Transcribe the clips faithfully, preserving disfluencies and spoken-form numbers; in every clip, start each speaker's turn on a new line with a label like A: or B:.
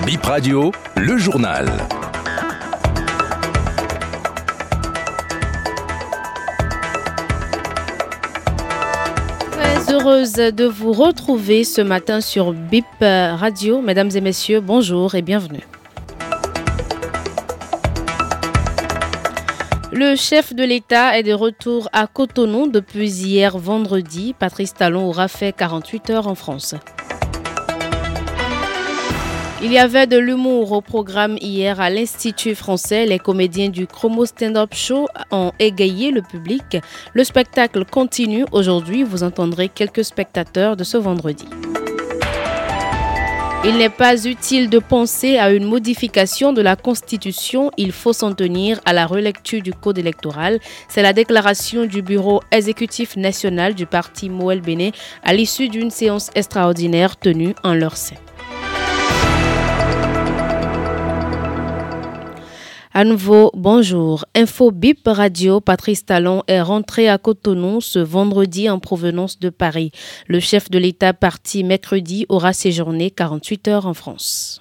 A: Bip Radio, le journal.
B: Très heureuse de vous retrouver ce matin sur Bip Radio. Mesdames et messieurs, bonjour et bienvenue. Le chef de l'État est de retour à Cotonou depuis hier vendredi. Patrice Talon aura fait quarante-huit heures en France. Il y avait de l'humour au programme hier à l'Institut français. Les comédiens du Chromo Stand-Up Show ont égayé le public. Le spectacle continue aujourd'hui. Vous entendrez quelques spectateurs de ce vendredi. Il n'est pas utile de penser à une modification de la Constitution. Il faut s'en tenir à la relecture du Code électoral. C'est la déclaration du bureau exécutif national du parti Moël Béné à l'issue d'une séance extraordinaire tenue en leur sein. À nouveau, bonjour. Info Bip Radio, Patrice Talon est rentré à Cotonou ce vendredi en provenance de Paris. Le chef de l'État parti mercredi aura séjourné quarante-huit heures en France.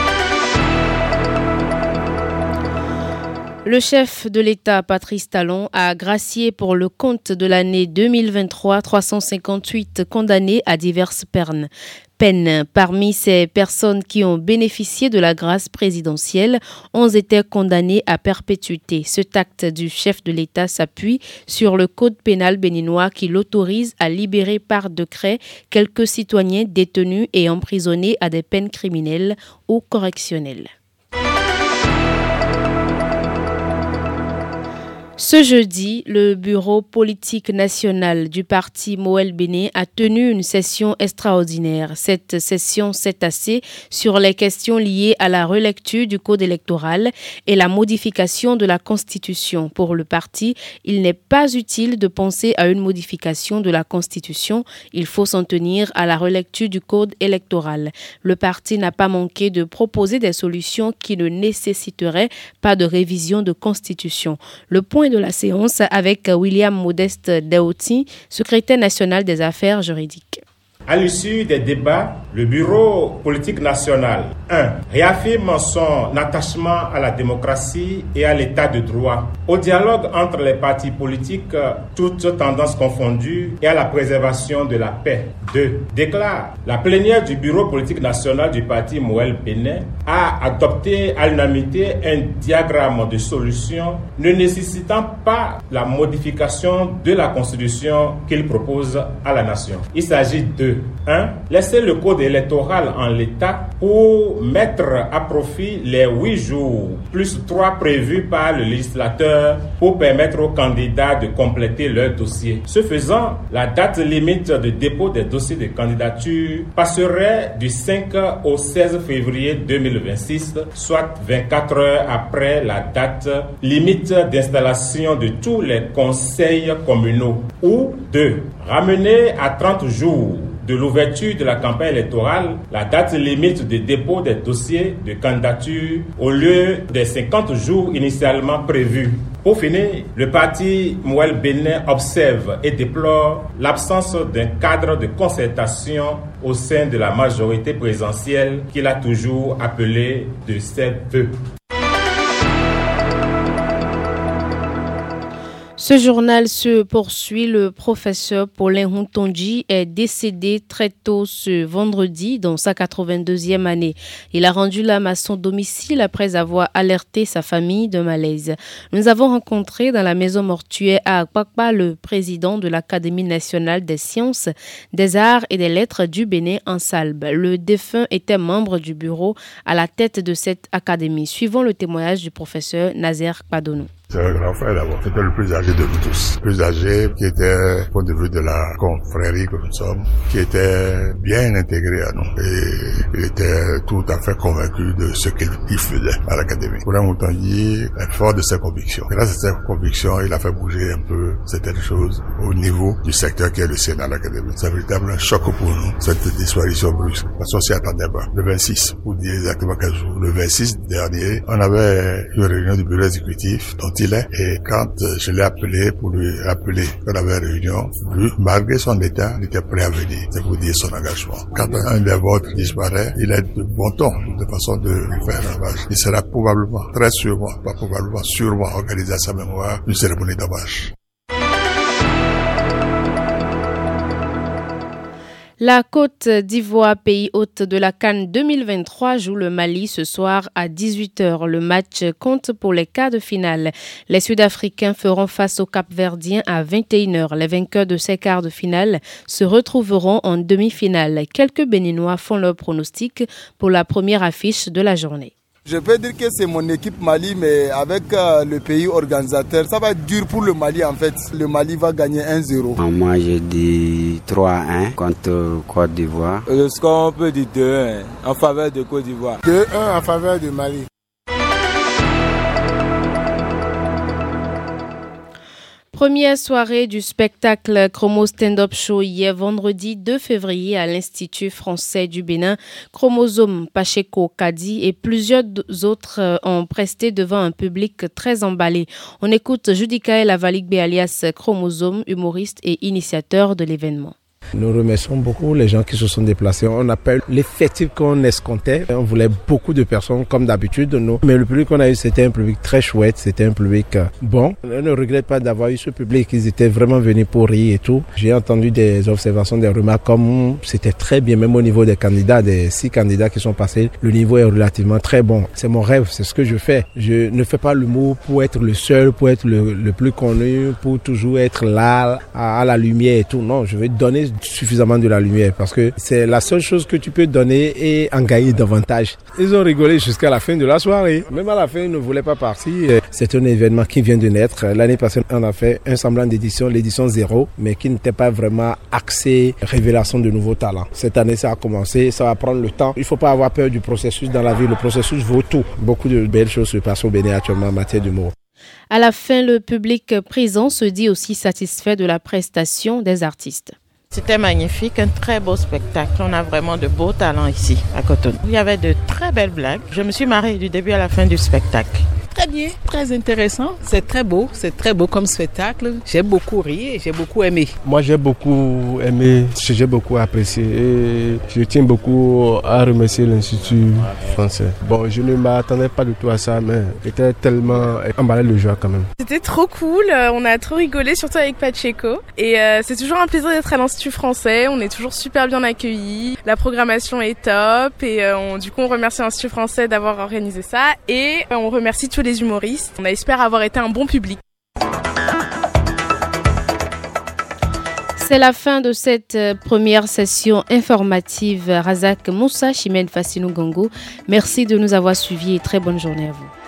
B: Le chef de l'État, Patrice Talon, a gracié pour le compte de l'année deux mille vingt-trois trois cent cinquante-huit condamnés à diverses peines. Peine. Parmi ces personnes qui ont bénéficié de la grâce présidentielle, onze étaient condamnées à perpétuité. Cet acte du chef de l'État s'appuie sur le code pénal béninois qui l'autorise à libérer par décret quelques citoyens détenus et emprisonnés à des peines criminelles ou correctionnelles. Ce jeudi, le bureau politique national du parti Moël Béné a tenu une session extraordinaire. Cette session s'est assise sur les questions liées à la relecture du code électoral et la modification de la Constitution. Pour le parti, il n'est pas utile de penser à une modification de la Constitution. Il faut s'en tenir à la relecture du code électoral. Le parti n'a pas manqué de proposer des solutions qui ne nécessiteraient pas de révision de Constitution. Le point de la séance avec William Modeste Daouti, secrétaire national des affaires juridiques.
C: À l'issue des débats, le bureau politique national, un réaffirme son attachement à la démocratie et à l'état de droit, au dialogue entre les partis politiques, toutes tendances confondues, et à la préservation de la paix. deux déclare la plénière du bureau politique national du parti Moël Béné a adopté à l'unanimité un diagramme de solution ne nécessitant pas la modification de la Constitution qu'il propose à la nation. Il s'agit de un Laisser le code électoral en l'état pour mettre à profit les huit jours plus trois prévus par le législateur pour permettre aux candidats de compléter leur dossier. Ce faisant, la date limite de dépôt des dossiers de candidature passerait du cinq au seize février deux mille vingt-six, soit vingt-quatre heures après la date limite d'installation de tous les conseils communaux. Ou deux Ramener à trente jours de l'ouverture de la campagne électorale la date limite de dépôt des dossiers de candidature au lieu des cinquante jours initialement prévus. Pour finir, le parti Moël Béné observe et déplore l'absence d'un cadre de concertation au sein de la majorité présidentielle qu'il a toujours appelé de ses vœux.
B: Ce journal se poursuit. Le professeur Paulin Huntonji est décédé très tôt ce vendredi dans sa quatre-vingt-deuxième année. Il a rendu l'âme à son domicile après avoir alerté sa famille de malaise. Nous avons rencontré dans la maison mortuaire à Akpakpa le président de l'Académie nationale des sciences, des arts et des lettres du Bénin en Salbe. Le défunt était membre du bureau à la tête de cette académie. Suivons le témoignage du professeur Nazer Padonou.
D: C'est un grand frère d'abord. C'était le plus âgé de nous tous. Le plus âgé qui était, au point de vue de la confrérie que nous sommes, qui était bien intégré à nous. Et il était tout à fait convaincu de ce qu'il faisait à l'académie. Pour un Huntonji est fort de ses convictions. Grâce à ses convictions, il a fait bouger un peu certaines choses au niveau du secteur qui est le Sénat à l'académie. C'est un véritable choc pour nous, cette disparition brusque. Parce qu'on s'y attendait pas. Le vingt-six, pour dire exactement quel jour. Le vingt-six dernier, on avait une réunion du bureau exécutif dont il stylet. Et quand je l'ai appelé pour lui rappeler qu'on avait réunion, lui, malgré son état, il était prêt à venir. C'est pour dire son engagement. Quand un des vôtres disparaît, il est de bon ton, de façon de lui faire un hommage. Il sera probablement, très sûrement, pas probablement, sûrement organisé à sa mémoire une cérémonie d'hommage.
B: La Côte d'Ivoire, pays hôte de la CAN deux mille vingt-trois, joue le Mali ce soir à dix-huit heures. Le match compte pour les quarts de finale. Les Sud-Africains feront face aux Cap-Verdiens à vingt et une heures. Les vainqueurs de ces quarts de finale se retrouveront en demi-finale. Quelques Béninois font leur pronostic pour la première affiche de la journée.
E: Je peux dire que c'est mon équipe Mali, mais avec euh, le pays organisateur, ça va être dur pour le Mali en fait. Le Mali va gagner un zéro.
F: Moi, je dis trois à un contre Côte d'Ivoire.
G: Le score, on peut dire deux à un en faveur de Côte d'Ivoire.
E: deux à un en faveur du Mali.
B: Première soirée du spectacle Chromo Stand-Up Show hier vendredi deux février à l'Institut français du Bénin. Chromosome, Pacheco, Kadi et plusieurs autres ont presté devant un public très emballé. On écoute Judikaël Avaligbe alias Chromosome, humoriste et initiateur de l'événement.
H: Nous remercions beaucoup les gens qui se sont déplacés. On n'a pas eu l'effectif qu'on escomptait. On voulait beaucoup de personnes comme d'habitude. Nous. Mais le public qu'on a eu, c'était un public très chouette. C'était un public bon. On ne regrette pas d'avoir eu ce public. Ils étaient vraiment venus pour rire et tout. J'ai entendu des observations, des remarques comme c'était très bien. Même au niveau des candidats, des six candidats qui sont passés, le niveau est relativement très bon. C'est mon rêve, c'est ce que je fais. Je ne fais pas l'humour pour être le seul, pour être le, le plus connu, pour toujours être là, à, à la lumière et tout. Non, je vais donner suffisamment de la lumière parce que c'est la seule chose que tu peux donner et en gagner davantage. Ils ont rigolé jusqu'à la fin de la soirée. Même à la fin, ils ne voulaient pas partir. C'est un événement qui vient de naître. L'année passée, on a fait un semblant d'édition, l'édition zéro, mais qui n'était pas vraiment axé révélation de nouveaux talents. Cette année, ça a commencé, ça va prendre le temps. Il ne faut pas avoir peur du processus dans la vie. Le processus vaut tout. Beaucoup de belles choses se passent au Bénin actuellement en matière d'humour.
B: À la fin, le public présent se dit aussi satisfait de la prestation des artistes.
I: C'était magnifique, un très beau spectacle. On a vraiment de beaux talents ici à Cotonou. Il y avait de très belles blagues. Je me suis marrée du début à la fin du spectacle.
J: Très bien, très intéressant. C'est très beau, c'est très beau comme spectacle. J'ai beaucoup ri et j'ai beaucoup aimé.
K: Moi, j'ai beaucoup aimé, j'ai beaucoup apprécié et je tiens beaucoup à remercier l'Institut français. Bon, je ne m'attendais pas du tout à ça, mais j'étais tellement emballé de joie quand même.
L: C'était trop cool, on a trop rigolé, surtout avec Pacheco. Et euh, c'est toujours un plaisir d'être à l'Institut français, on est toujours super bien accueillis. La programmation est top et euh, on, du coup on remercie l'Institut français d'avoir organisé ça et euh, on remercie tous les humoristes. On espère avoir été un bon public.
B: C'est la fin de cette première session informative. Razak Moussa, Chimène Fassinou Gongo, merci de nous avoir suivis et très bonne journée à vous.